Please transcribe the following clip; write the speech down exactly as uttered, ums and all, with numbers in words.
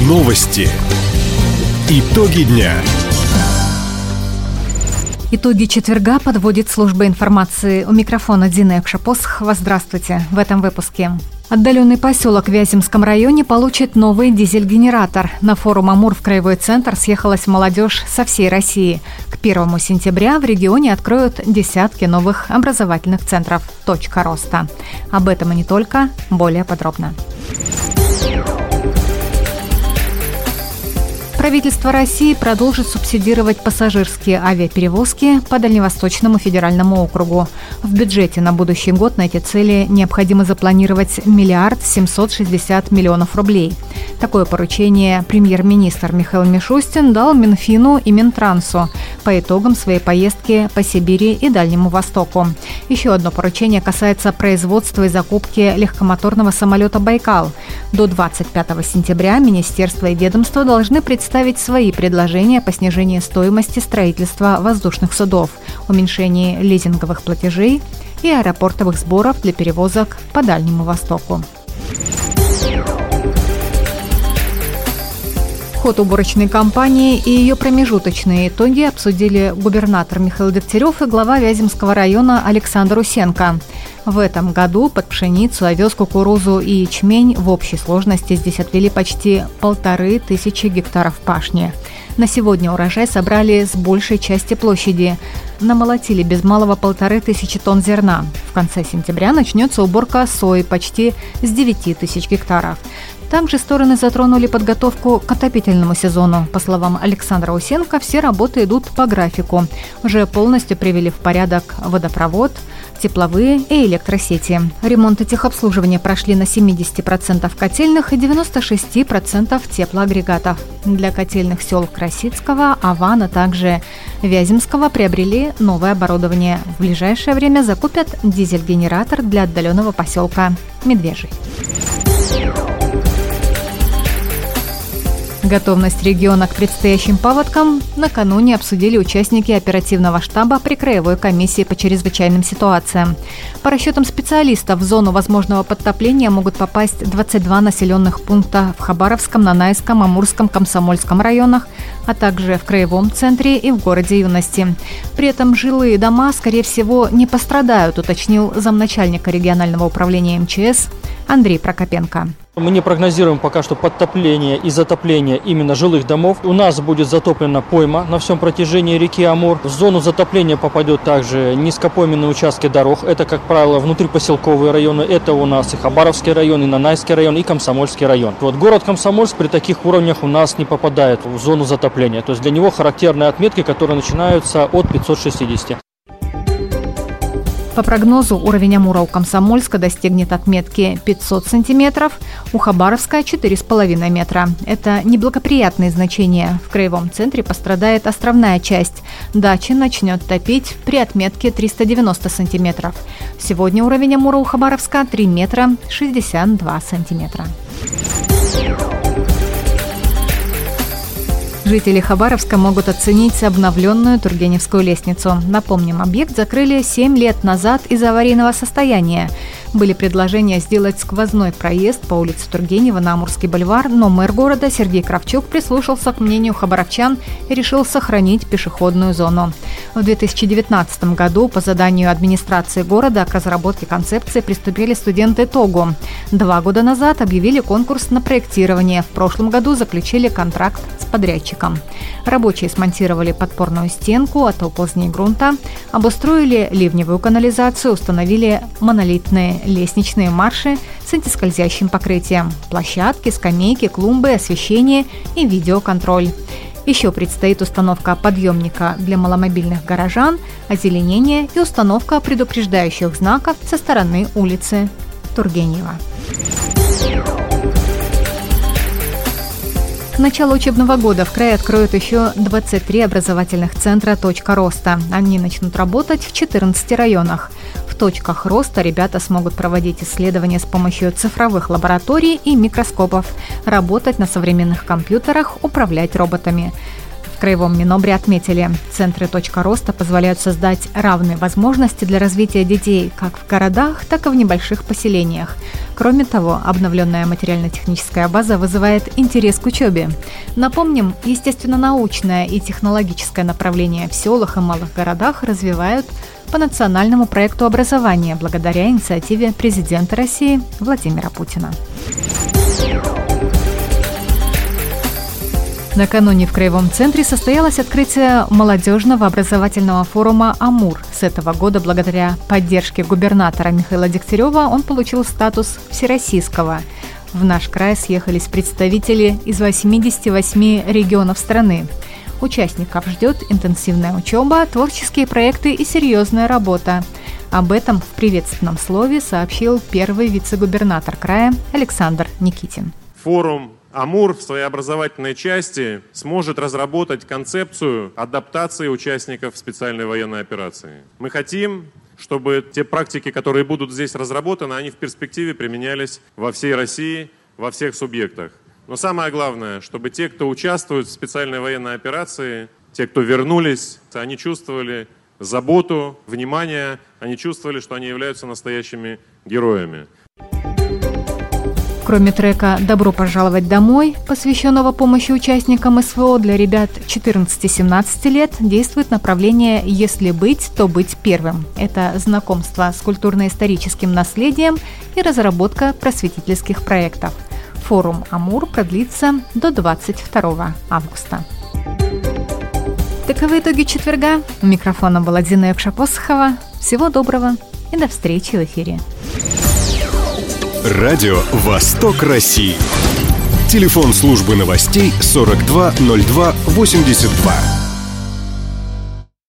Новости. Итоги дня. Итоги четверга подводит служба информации. У микрофона Дина Экшапосхова. Здравствуйте. В этом выпуске. Отдаленный поселок в Вяземском районе получит новый дизель-генератор. На форум «Амур» в Краевой центр съехалась молодежь со всей России. К первому сентября в регионе откроют десятки новых образовательных центров «Точка роста». Об этом и не только. Более подробно. Правительство России продолжит субсидировать пассажирские авиаперевозки по Дальневосточному федеральному округу. В бюджете на будущий год на эти цели необходимо запланировать миллиард семьсот шестьдесят миллионов рублей. Такое поручение премьер-министр Михаил Мишустин дал Минфину и Минтрансу по итогам своей поездки по Сибири и Дальнему Востоку. Еще одно поручение касается производства и закупки легкомоторного самолета «Байкал». До двадцать пятого сентября министерство и ведомство должны представить свои предложения по снижению стоимости строительства воздушных судов, уменьшении лизинговых платежей и аэропортовых сборов для перевозок по Дальнему Востоку. Ход уборочной кампании и ее промежуточные итоги обсудили губернатор Михаил Дегтярев и глава Вяземского района Александр Усенко. В этом году под пшеницу, овес, кукурузу и ячмень в общей сложности здесь отвели почти полторы тысячи гектаров пашни. На сегодня урожай собрали с большей части площади. Намолотили без малого полторы тысячи тонн зерна. В конце сентября начнется уборка сои почти с девяти тысяч гектаров. Также стороны затронули подготовку к отопительному сезону. По словам Александра Усенко, все работы идут по графику. Уже полностью привели в порядок водопровод, тепловые и электросети. Ремонт и техобслуживание прошли на семьдесят процентов котельных и девяносто шесть процентов теплоагрегатов. Для котельных сел Красицкого, Аван, а также Вяземского приобрели новое оборудование. В ближайшее время закупят дизель-генератор для отдаленного поселка Медвежий. Готовность региона к предстоящим паводкам накануне обсудили участники оперативного штаба при Краевой комиссии по чрезвычайным ситуациям. По расчетам специалистов, в зону возможного подтопления могут попасть двадцать два населенных пункта в Хабаровском, Нанайском, Амурском, Комсомольском районах, а также в Краевом центре и в городе Юности. При этом жилые дома, скорее всего, не пострадают, уточнил замначальника регионального управления эм че эс Андрей Прокопенко. Мы не прогнозируем пока что подтопление и затопление именно жилых домов. У нас будет затоплена пойма на всем протяжении реки Амур. В зону затопления попадет также низкопойменные участки дорог. Это, как правило, внутрипоселковые районы. Это у нас и Хабаровский район, и Нанайский район, и Комсомольский район. Вот город Комсомольск при таких уровнях у нас не попадает в зону затопления. То есть для него характерны отметки, которые начинаются от пятисот шестидесяти. По прогнозу, уровень Амура у Комсомольска достигнет отметки пятьсот сантиметров, у Хабаровска – четыре с половиной метра. Это неблагоприятные значения. В Краевом центре пострадает островная часть. Дача начнет топить при отметке триста девяносто сантиметров. Сегодня уровень Амура у Хабаровска – три метра шестьдесят два сантиметра. Жители Хабаровска могут оценить обновленную Тургеневскую лестницу. Напомним, объект закрыли семь лет назад из-за аварийного состояния. Были предложения сделать сквозной проезд по улице Тургенева на Амурский бульвар, но мэр города Сергей Кравчук прислушался к мнению хабаровчан и решил сохранить пешеходную зону. В две тысячи девятнадцатом году по заданию администрации города к разработке концепции приступили студенты ТОГУ. Два года назад объявили конкурс на проектирование. В прошлом году заключили контракт с подрядчиком. Рабочие смонтировали подпорную стенку от оползней грунта, обустроили ливневую канализацию, установили монолитные лестничные марши с антискользящим покрытием, площадки, скамейки, клумбы, освещение и видеоконтроль. Еще предстоит установка подъемника для маломобильных горожан, озеленение и установка предупреждающих знаков со стороны улицы Тургенева. К началу учебного года в крае откроют еще двадцать три образовательных центра «Точка роста». Они начнут работать в четырнадцати районах. В точках роста ребята смогут проводить исследования с помощью цифровых лабораторий и микроскопов, работать на современных компьютерах, управлять роботами. В Краевом Минобре отметили, центры «Точка роста» позволяют создать равные возможности для развития детей как в городах, так и в небольших поселениях. Кроме того, обновленная материально-техническая база вызывает интерес к учебе. Напомним, естественно-научное и технологическое направление в селах и малых городах развивают по национальному проекту образования благодаря инициативе президента России Владимира Путина. Накануне в Краевом центре состоялось открытие молодежного образовательного форума «Амур». С этого года, благодаря поддержке губернатора Михаила Дегтярева, он получил статус всероссийского. В наш край съехались представители из восьмидесяти восьми регионов страны. Участников ждет интенсивная учеба, творческие проекты и серьезная работа. Об этом в приветственном слове сообщил первый вице-губернатор края Александр Никитин. Форум «Амур» в своей образовательной части сможет разработать концепцию адаптации участников специальной военной операции. Мы хотим, чтобы те практики, которые будут здесь разработаны, они в перспективе применялись во всей России, во всех субъектах. Но самое главное, чтобы те, кто участвует в специальной военной операции, те, кто вернулись, они чувствовали заботу, внимание, они чувствовали, что они являются настоящими героями. Кроме трека «Добро пожаловать домой», посвященного помощи участникам СВО для ребят четырнадцати-семнадцати лет, действует направление «Если быть, то быть первым». Это знакомство с культурно-историческим наследием и разработка просветительских проектов. Форум «Амур» продлится до двадцать второго августа. Таковы итоги четверга. У микрофона была Дина Якшапосхова. Всего доброго и до встречи в эфире. Радио «Восток России». Телефон службы новостей сорок два ноль два восемьдесят два.